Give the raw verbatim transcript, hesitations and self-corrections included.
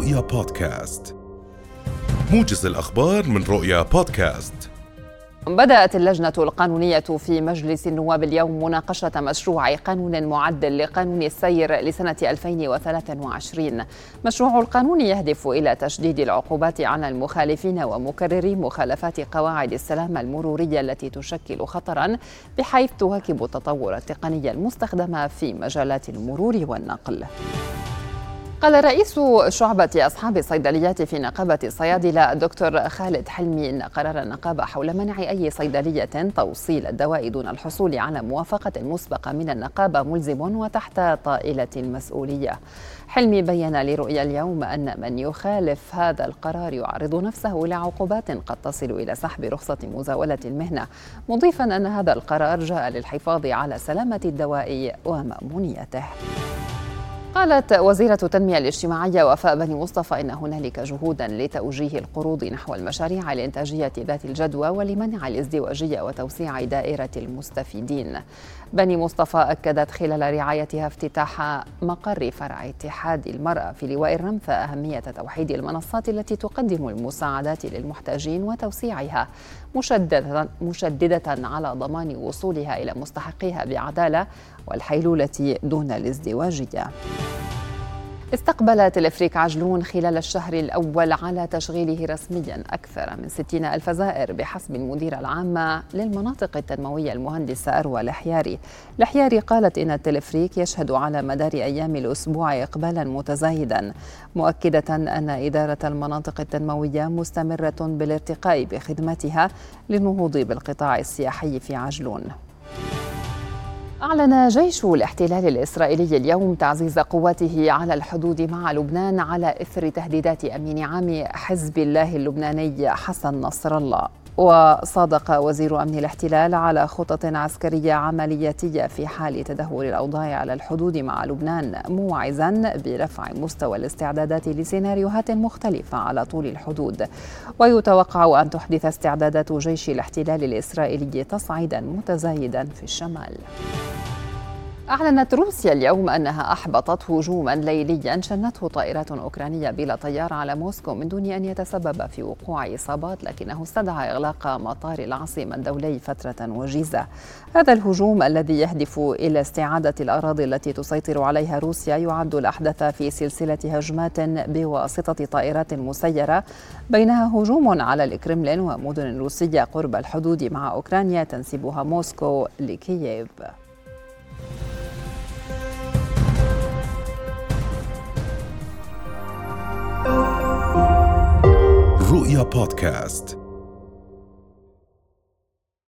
رؤيا بودكاست، موجز الأخبار من رؤيا بودكاست. بدأت اللجنة القانونية في مجلس النواب اليوم مناقشة مشروع قانون معدل لقانون السير لسنة ألفين وثلاثة وعشرين. مشروع القانون يهدف إلى تشديد العقوبات على المخالفين ومكرري مخالفات قواعد السلامة المرورية التي تشكل خطراً، بحيث تواكب التطور التقني المستخدم في مجالات المرور والنقل. قال رئيس شعبة أصحاب الصيدليات في نقابة الصيادلة الدكتور خالد حلمي إن قرار النقابة حول منع أي صيدلية توصيل الدواء دون الحصول على موافقة مسبقة من النقابة ملزم وتحت طائلة المسؤولية. حلمي بيّن لرؤيا اليوم أن من يخالف هذا القرار يعرض نفسه لعقوبات قد تصل إلى سحب رخصة مزاولة المهنة، مضيفاً أن هذا القرار جاء للحفاظ على سلامة الدواء ومأمونيته. قالت وزيرة التنمية الاجتماعية وفاء بني مصطفى إن هنالك جهودا لتوجيه القروض نحو المشاريع الإنتاجية ذات الجدوى ولمنع الازدواجية وتوسيع دائرة المستفيدين. بني مصطفى أكدت خلال رعايتها افتتاح مقر فرع اتحاد المرأة في لواء الرمثة أهمية توحيد المنصات التي تقدم المساعدات للمحتاجين وتوسيعها، مشددة, مشددة على ضمان وصولها إلى مستحقيها بعدالة والحيلولة دون الازدواجية. استقبل تلفريك عجلون خلال الشهر الأول على تشغيله رسمياً أكثر من ستين ألف زائر بحسب المديرة العامة للمناطق التنموية المهندسة أروى الحياري. الحياري قالت إن التلفريك يشهد على مدار أيام الأسبوع إقبالاً متزايداً، مؤكدة أن إدارة المناطق التنموية مستمرة بالارتقاء بخدمتها للنهوض بالقطاع السياحي في عجلون. أعلن جيش الاحتلال الإسرائيلي اليوم تعزيز قواته على الحدود مع لبنان على إثر تهديدات أمين عام حزب الله اللبناني حسن نصر الله. وصادق وزير أمن الاحتلال على خطط عسكرية عملياتية في حال تدهور الأوضاع على الحدود مع لبنان، موعزا برفع مستوى الاستعدادات لسيناريوهات مختلفة على طول الحدود. ويتوقع أن تحدث استعدادات جيش الاحتلال الإسرائيلي تصعيدا متزايدا في الشمال. أعلنت روسيا اليوم أنها أحبطت هجوما ليليا شنته طائرات أوكرانية بلا طيار على موسكو من دون أن يتسبب في وقوع إصابات، لكنه استدعى إغلاق مطار العاصمة الدولي فترة وجيزة. هذا الهجوم الذي يهدف إلى استعادة الأراضي التي تسيطر عليها روسيا يعد الأحدث في سلسلة هجمات بواسطة طائرات مسيرة، بينها هجوم على الكرملين ومدن روسية قرب الحدود مع أوكرانيا تنسبها موسكو لكييف. رؤيا بودكاست.